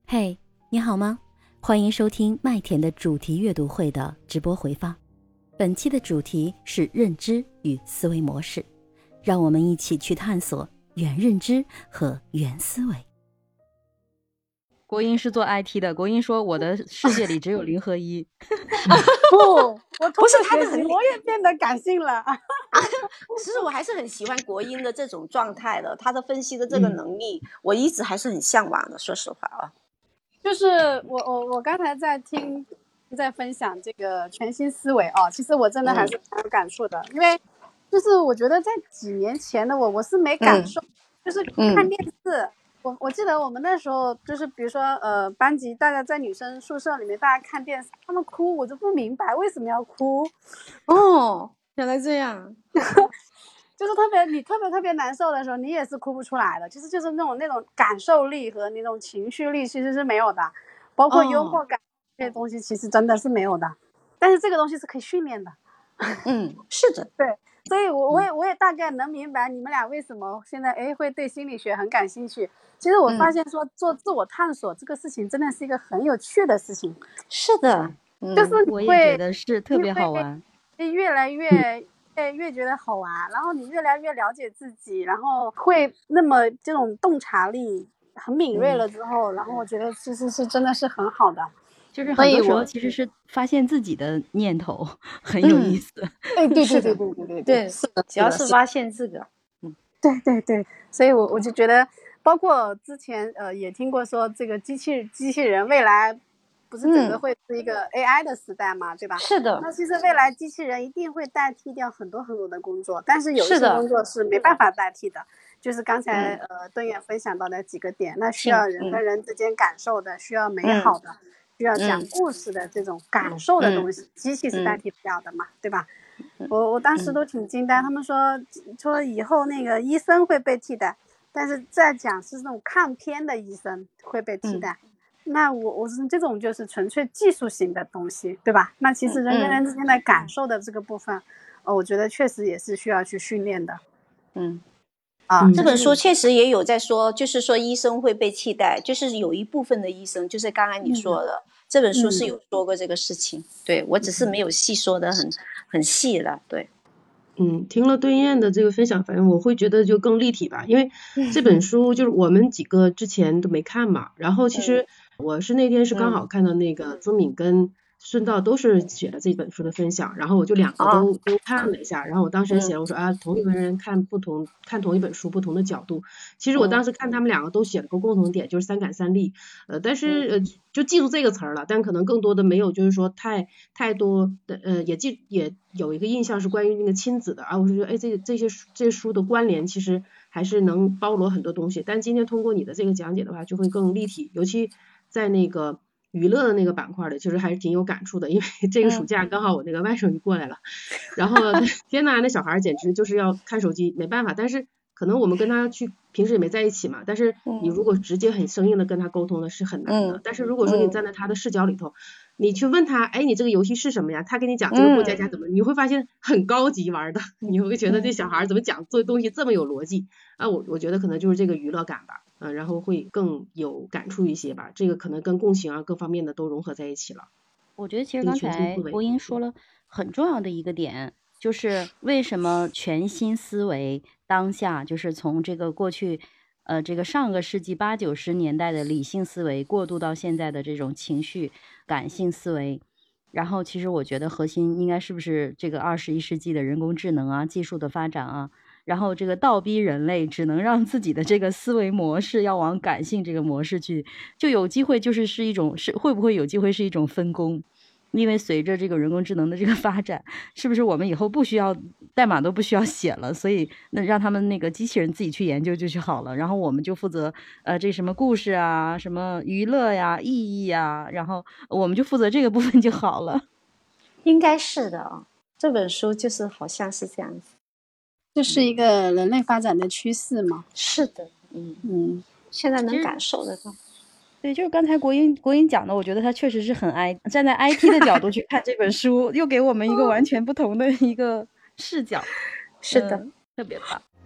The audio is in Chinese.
嘿，你好吗？欢迎收听麦田的主题阅读会的直播回放。本期的主题是认知与思维模式，让我们一起去探索原认知和原思维。国英是做 IT 的，国英说我的世界里只有零和一。 不，我不是他的很我也变得感性了。 其实我还是很喜欢国英的这种状态的，他的分析的这个能力，我一直还是很向往的。说实话啊， 就是我刚才在听，在分享这个全新思维啊，其实我真的还是很有感触的，因为就是我觉得在几年前的我是没感受，就是看电视。我记得我们那时候就是比如说班级大家在女生宿舍里面大家看电视，他们哭，我就不明白为什么要哭。 哦，原来这样。 就是你特别难受的时候，你也是哭不出来的。其实就是那种感受力和那种情绪力其实是没有的，包括幽默感这些东西其实真的是没有的。但是这个东西是可以训练的。 是的， 对，所以我也大概能明白你们俩为什么现在会对心理学很感兴趣。其实我发现说做自我探索这个事情真的是一个很有趣的事情。 是的， 就是我也觉得是特别好玩， 越来越觉得好玩，然后你越来越了解自己，然后会那么这种洞察力很敏锐了之后，然后我觉得其实是真的是很好的。 就是很多时候其实是发现自己的念头很有意思。 对，是的， 只要是发现这个， 对，所以我就觉得，包括之前也听过说这个机器人未来不是整个会是一个 AI 的时代嘛，对吧？ 是的。 那其实未来机器人一定会代替掉很多的工作，但是有一些工作是没办法代替的，就是刚才敦远分享到的几个点，那需要人跟人之间感受的，需要美好的，需要讲故事的这种感受的东西，机器是代替不了的嘛，对吧？我当时都挺惊呆，他们说以后那个医生会被替代，但是在讲是那种看片的医生会被替代。那我是这种就是纯粹技术型的东西，对吧？那其实人跟人之间的感受的这个部分，我觉得确实也是需要去训练的。 这本书确实也有在说，就是说医生会被替代，就是有一部分的医生，就是刚才你说的，这本书是有说过这个事情。对，我只是没有细说的很细了。对， 听了敦燕的这个分享，反正我会觉得就更立体吧，因为这本书就是我们几个之前都没看嘛，然后其实我是那天是刚好看到那个曾敏跟孙道都是写了这本书的分享，然后我就两个都看了一下，然后我当时写了我说同一个人看同一本书不同的角度，其实我当时看他们两个都写了个共同点，就是三感三力，但是就记住这个词儿了，但可能更多的没有就是说太多的也有一个印象是关于那个亲子的啊，我是觉得这些书的关联其实还是能包罗很多东西，但今天通过你的这个讲解的话就会更立体，尤其在那个娱乐的那个板块的，其实还是挺有感触的，因为这个暑假刚好我那个外甥就过来了，然后天呐，那小孩简直就是要看手机，没办法，但是可能我们跟他平时也没在一起嘛，但是你如果直接很生硬的跟他沟通的是很难的，但是如果说你站在他的视角里头，你去问他，你这个游戏是什么呀？他跟你讲这个过家家怎么，你会发现很高级玩的，你会觉得这小孩怎么讲做东西这么有逻辑啊？我觉得可能就是这个娱乐感吧，然后会更有感触一些吧，这个可能跟共情啊各方面的都融合在一起了。 我觉得其实刚才国英说了很重要的一个点，就是为什么全新思维当下就是从这个过去这个上个世纪80、90年代的理性思维过渡到现在的这种情绪感性思维，然后其实我觉得核心应该是不是这个21世纪的人工智能啊技术的发展啊，然后这个倒逼人类只能让自己的这个思维模式要往感性这个模式去，就有机会是一种会不会有机会是一种分工，因为随着这个人工智能的这个发展，是不是我们以后不需要代码都不需要写了，所以那让他们那个机器人自己去研究就好了，然后我们就负责这什么故事啊什么娱乐呀意义啊，然后我们就负责这个部分就好了。 应该是的啊，这本书就是好像是这样子， 就是一个人类发展的趋势嘛。 是的，现在能感受得到。 对，就是刚才国英讲的，我觉得他确实是站在 IT 的角度去看这本书，又给我们一个完全不同的一个视角。 是的， 特别棒。